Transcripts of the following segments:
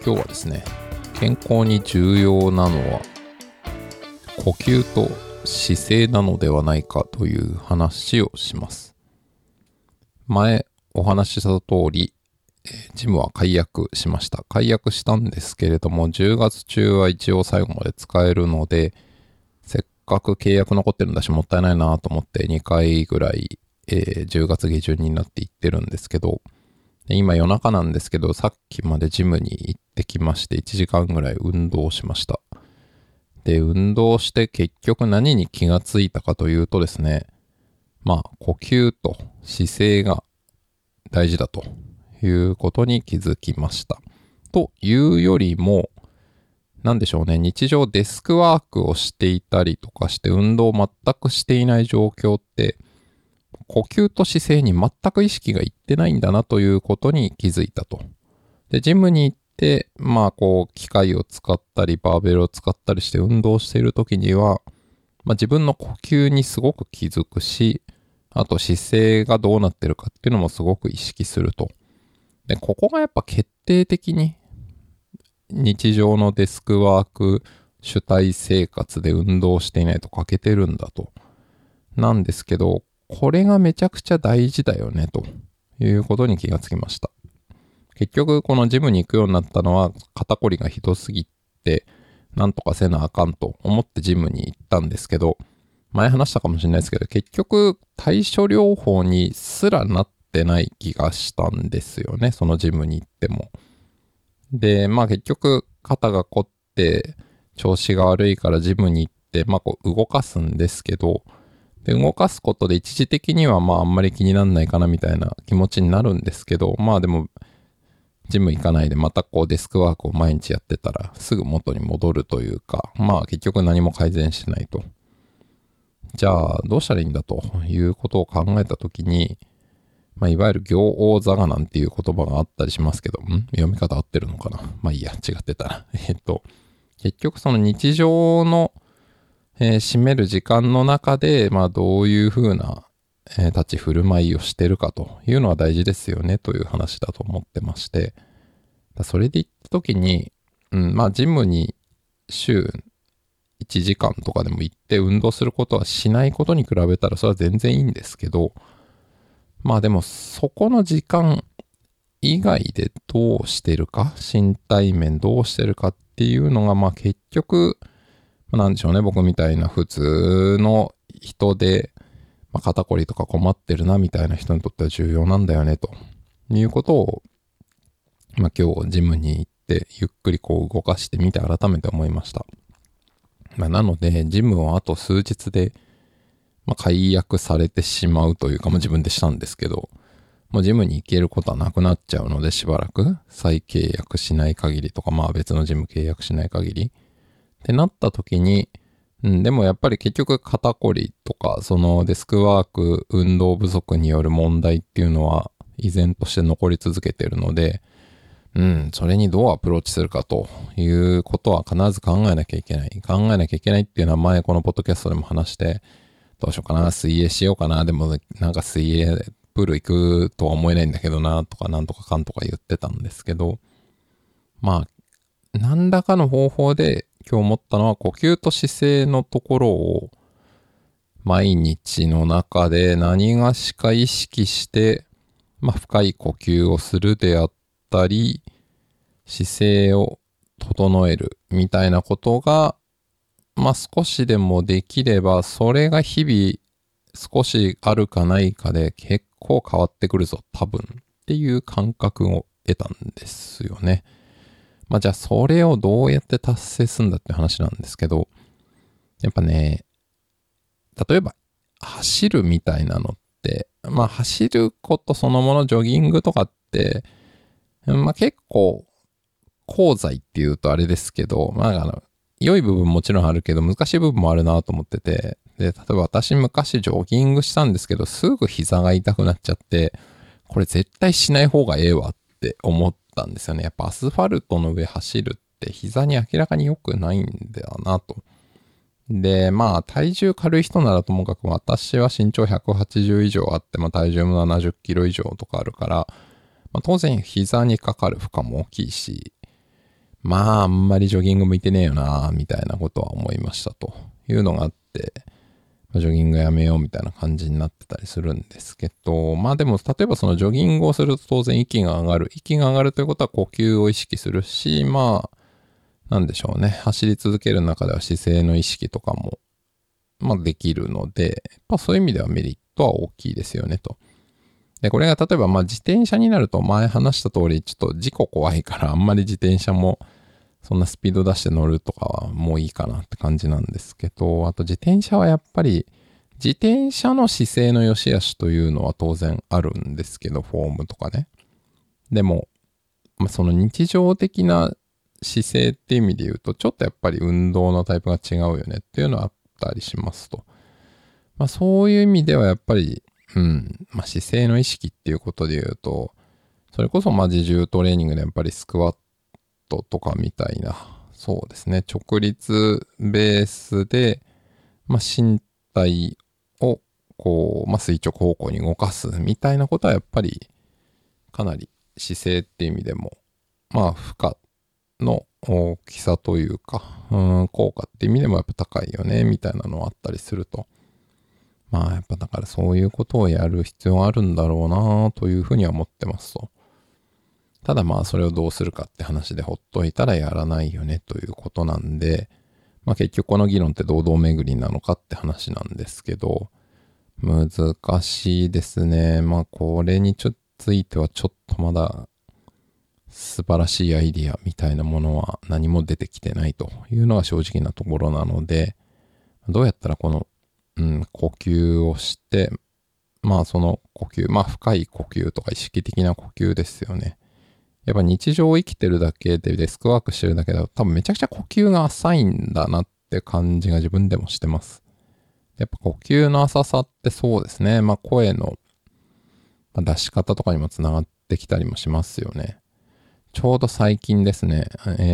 今日はですね、健康に重要なのは呼吸と姿勢なのではないかという話をします。前お話しした通り、ジムは解約しました。解約したんですけれども、10月中は一応最後まで使えるので、せっかく契約残ってるんだしもったいないなと思って2回ぐらい、10月下旬になって行ってるんですけど、今夜中なんですけど、さっきまでジムに行ってきまして、1時間ぐらい運動しました。で、運動して結局何に気がついたかというとですね、呼吸と姿勢が大事だということに気づきました。というよりも、なんでしょうね、日常デスクワークをしていたりとかして運動を全くしていない状況って、呼吸と姿勢に全く意識がいってないんだなということに気づいたと。で、ジムに行って、機械を使ったり、バーベルを使ったりして運動している時には、自分の呼吸にすごく気づくし、あと姿勢がどうなってるかっていうのもすごく意識すると。で、ここがやっぱ決定的に日常のデスクワーク、主体生活で運動していないと欠けてるんだと。なんですけど、これがめちゃくちゃ大事だよねということに気がつきました。結局このジムに行くようになったのは肩こりがひどすぎてなんとかせなあかんと思ってジムに行ったんですけど、前話したかもしれないですけど、結局対処療法にすらなってない気がしたんですよね、そのジムに行っても。で、結局肩が凝って調子が悪いからジムに行って動かすんですけど、で動かすことで一時的にはあんまり気になんないかなみたいな気持ちになるんですけど、でもジム行かないでまたデスクワークを毎日やってたらすぐ元に戻るというか、結局何も改善しないと。じゃあどうしたらいいんだということを考えたときに、いわゆる行王座がなんていう言葉があったりしますけど、読み方合ってるのかな、いいや、違ってたら。結局その日常の占める時間の中で、どういう風な、立ち振る舞いをしてるかというのは大事ですよねという話だと思ってまして、それで行った時に、ジムに週1時間とかでも行って運動することはしないことに比べたらそれは全然いいんですけど、でもそこの時間以外でどうしてるか、身体面どうしてるかっていうのが結局なんでしょうね、僕みたいな普通の人で、肩こりとか困ってるなみたいな人にとっては重要なんだよねということを、今日ジムに行ってゆっくり動かしてみて改めて思いました。なのでジムをあと数日で、解約されてしまうというか、自分でしたんですけど、もうジムに行けることはなくなっちゃうので、しばらく再契約しない限りとか、別のジム契約しない限りってなった時に、でもやっぱり結局肩こりとか、そのデスクワーク、運動不足による問題っていうのは依然として残り続けているので、それにどうアプローチするかということは必ず考えなきゃいけない。考えなきゃいけないっていうのは前このポッドキャストでも話して、どうしようかな、水泳しようかな、でも水泳プール行くとは思えないんだけどな、とかなんとかかんとか言ってたんですけど、何らかの方法で今日思ったのは呼吸と姿勢のところを毎日の中で何がしか意識して、深い呼吸をするであったり、姿勢を整えるみたいなことが、少しでもできれば、それが日々少しあるかないかで結構変わってくるぞ、多分っていう感覚を得たんですよね。じゃあそれをどうやって達成するんだって話なんですけど、やっぱね、例えば走るみたいなのって、走ることそのもの、ジョギングとかって、結構功罪っていうとあれですけど、良い部分もちろんあるけど難しい部分もあるなと思ってて、で、例えば私昔ジョギングしたんですけど、すぐ膝が痛くなっちゃって、これ絶対しない方がええわって思ったんですよね。やっぱアスファルトの上走るって膝に明らかに良くないんだよなと。で、体重軽い人ならともかく、私は身長180以上あって、体重も70キロ以上とかあるから、当然膝にかかる負荷も大きいし、 まああんまりジョギング向いてねえよなみたいなことは思いましたというのがあって、ジョギングやめようみたいな感じになってたりするんですけど、まあでも例えばそのジョギングをすると当然息が上がる。息が上がるということは呼吸を意識するし、まあなんでしょうね。走り続ける中では姿勢の意識とかも、まあできるので、やっぱそういう意味ではメリットは大きいですよねと。で、これが例えばまあ自転車になると前話した通りちょっと事故怖いからあんまり自転車もそんなスピード出して乗るとかはもういいかなって感じなんですけど、あと自転車はやっぱり自転車の姿勢の良し悪しというのは当然あるんですけど、フォームとかね。でも、まあ、その日常的な姿勢っていう意味で言うと、ちょっとやっぱり運動のタイプが違うよねっていうのはあったりしますと。まあそういう意味ではやっぱり、まあ姿勢の意識っていうことで言うと、それこそまあ自重トレーニングでやっぱりスクワットとかみたいな、そうですね、直立ベースで、まあ身体をこう、まあ垂直方向に動かすみたいなことはやっぱりかなり姿勢っていう意味でも、まあ負荷の大きさというか、効果っていう意味でもやっぱ高いよね、みたいなのはあったりすると。まあやっぱだからそういうことをやる必要あるんだろうなというふうには思ってますと。ただまあそれをどうするかって話でほっといたらやらないよねということなんで、まあ結局この議論って堂々巡りなのかって話なんですけど、難しいですね。まあこれについてはちょっとまだ素晴らしいアイディアみたいなものは何も出てきてないというのが正直なところなので、どうやったらこの、呼吸をして、まあその呼吸、まあ深い呼吸とか意識的な呼吸ですよね。やっぱ日常を生きてるだけでデスクワークしてるだけだと多分めちゃくちゃ呼吸が浅いんだなって感じが自分でもしてます。やっぱ呼吸の浅さってそうですね。まあ声の出し方とかにもつながってきたりもしますよね。ちょうど最近ですね、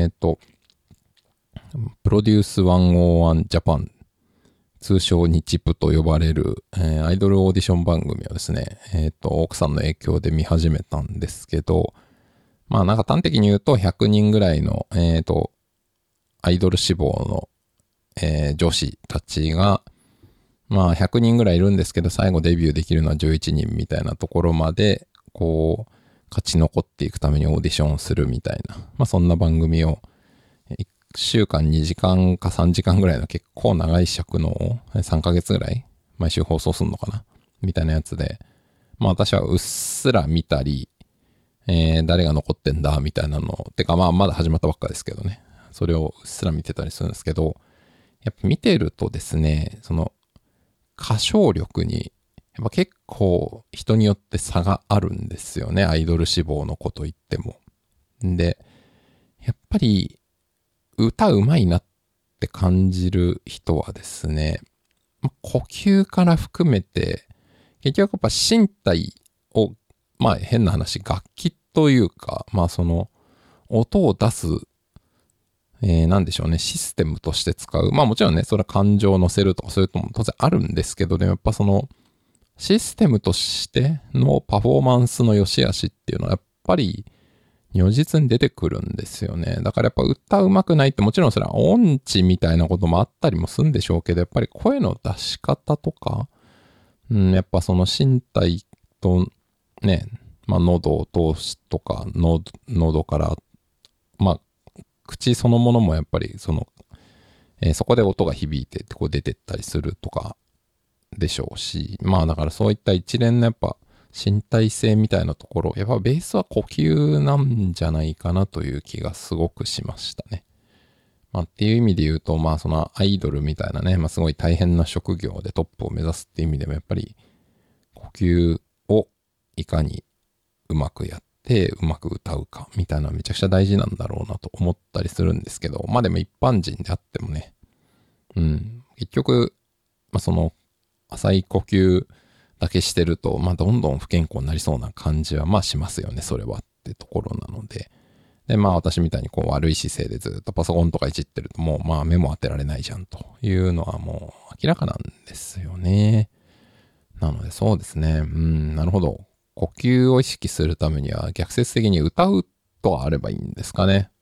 プロデュース101ジャパン、通称日プと呼ばれる、アイドルオーディション番組をですね、奥さんの影響で見始めたんですけど、まあなんか端的に言うと100人ぐらいの、アイドル志望の、女子たちが、まあ100人ぐらいいるんですけど、最後デビューできるのは11人みたいなところまで、こう、勝ち残っていくためにオーディションをするみたいな、まあそんな番組を、1週間2時間か3時間ぐらいの結構長い尺のを3ヶ月ぐらい毎週放送するのかなみたいなやつで、まあ私はうっすら見たり、誰が残ってんだみたいなの。てかまあまだ始まったばっかですけどね。それをうっすら見てたりするんですけど、やっぱ見てるとですね、その歌唱力に、やっぱ結構人によって差があるんですよね。アイドル志望の子といっても。で、やっぱり歌うまいなって感じる人はですね、呼吸から含めて、結局やっぱ身体を、まあ変な話、楽器というか、まあその音を出す、なんでしょうね、システムとして使う。まあもちろんね、それは感情を乗せるとかそういうのも当然あるんですけど、でもやっぱそのシステムとしてのパフォーマンスの良し悪しっていうのはやっぱり如実に出てくるんですよね。だからやっぱ歌うまくないってもちろんそれは音痴みたいなこともあったりもするんでしょうけど、やっぱり声の出し方とか、やっぱその身体とね、まあ喉を通すとか、喉から、まあ口そのものもやっぱりその、そこで音が響いてこう出てったりするとかでしょうし、まあだからそういった一連のやっぱ身体性みたいなところ、やっぱベースは呼吸なんじゃないかなという気がすごくしましたね。まあっていう意味で言うと、まあそのアイドルみたいなね、まあすごい大変な職業でトップを目指すっていう意味でもやっぱり呼吸をいかにうまくやってうまく歌うかみたいなのはめちゃくちゃ大事なんだろうなと思ったりするんですけど、まあでも一般人であってもね、結局、まあその浅い呼吸だけしてると、まあどんどん不健康になりそうな感じはまあしますよね、それはってところなので。で、まあ私みたいにこう悪い姿勢でずっとパソコンとかいじってるともうまあ目も当てられないじゃんというのはもう明らかなんですよね。なのでそうですね。なるほど。呼吸を意識するためには逆説的に歌うとあればいいんですかね。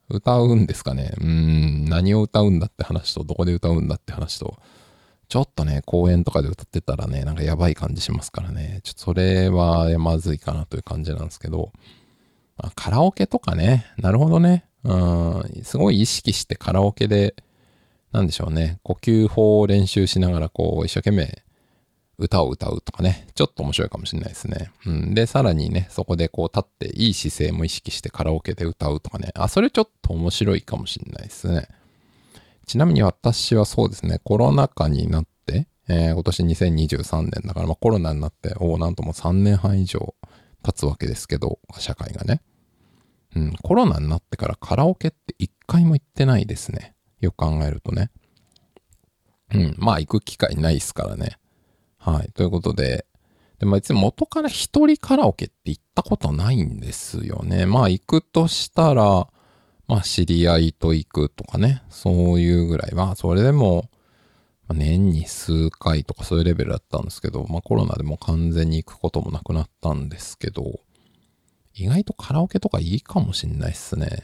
歌うんですかね。何を歌うんだって話と、どこで歌うんだって話と、ちょっとね、公園とかで歌ってたらね、なんかやばい感じしますからね。ちょっとそれはまずいかなという感じなんですけど、カラオケとかね、なるほどね。すごい意識してカラオケで、なんでしょうね、呼吸法を練習しながらこう、一生懸命歌を歌うとかね、ちょっと面白いかもしれないですね。で、さらにね、そこでこう立っていい姿勢も意識してカラオケで歌うとかね、それちょっと面白いかもしれないですね。ちなみに私はそうですね、コロナ禍になって、今年2023年だから、コロナになって、なんとも3年半以上経つわけですけど、社会がね。コロナになってからカラオケって一回も行ってないですね。よく考えるとね。行く機会ないですからね。はい。ということで、別に元から一人カラオケって行ったことないんですよね。行くとしたら、知り合いと行くとかね。そういうぐらいは、それでも、年に数回とかそういうレベルだったんですけど、コロナでも完全に行くこともなくなったんですけど、意外とカラオケとかいいかもしんないっすね。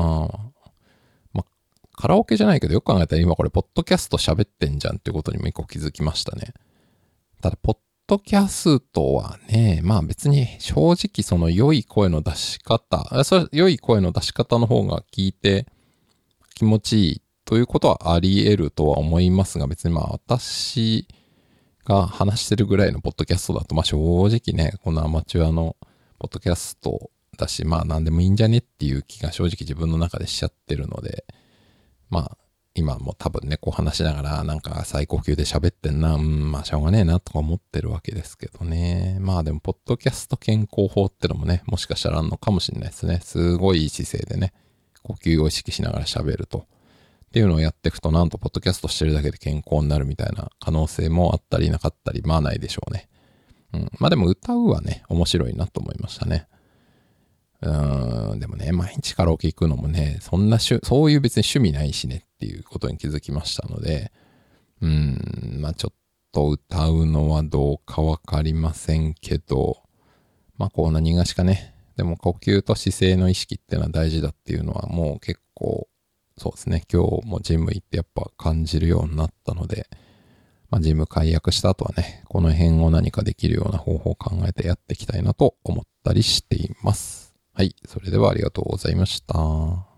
カラオケじゃないけど、よく考えたら今これ、ポッドキャスト喋ってんじゃんっていうことにも一個気づきましたね。ただ、ポッドキャストはね、別に正直その良い声の出し方、良い声の出し方の方が聞いて気持ちいいということはあり得るとは思いますが、別に私が話してるぐらいのポッドキャストだと、正直ね、このアマチュアのポッドキャストだし、何でもいいんじゃねっていう気が正直自分の中でしちゃってるので、今も多分ね、こう話しながら、なんか最高級で喋ってんな、しょうがねえなとか思ってるわけですけどね。でも、ポッドキャスト健康法ってのもね、もしかしたらあんのかもしれないですね。すごいいい姿勢でね、呼吸を意識しながら喋ると。っていうのをやっていくと、なんと、ポッドキャストしてるだけで健康になるみたいな可能性もあったりなかったり、ないでしょうね。でも歌うはね、面白いなと思いましたね。でもね、毎日カラオケ行くのもね、そういう別に趣味ないしねっていうことに気づきましたので、ちょっと歌うのはどうかわかりませんけど、こう何がしかね、でも呼吸と姿勢の意識っていうのは大事だっていうのはもう結構、そうですね、今日もジム行ってやっぱ感じるようになったので、ジム解約した後はね、この辺を何かできるような方法を考えてやっていきたいなと思ったりしています。はい。それではありがとうございました。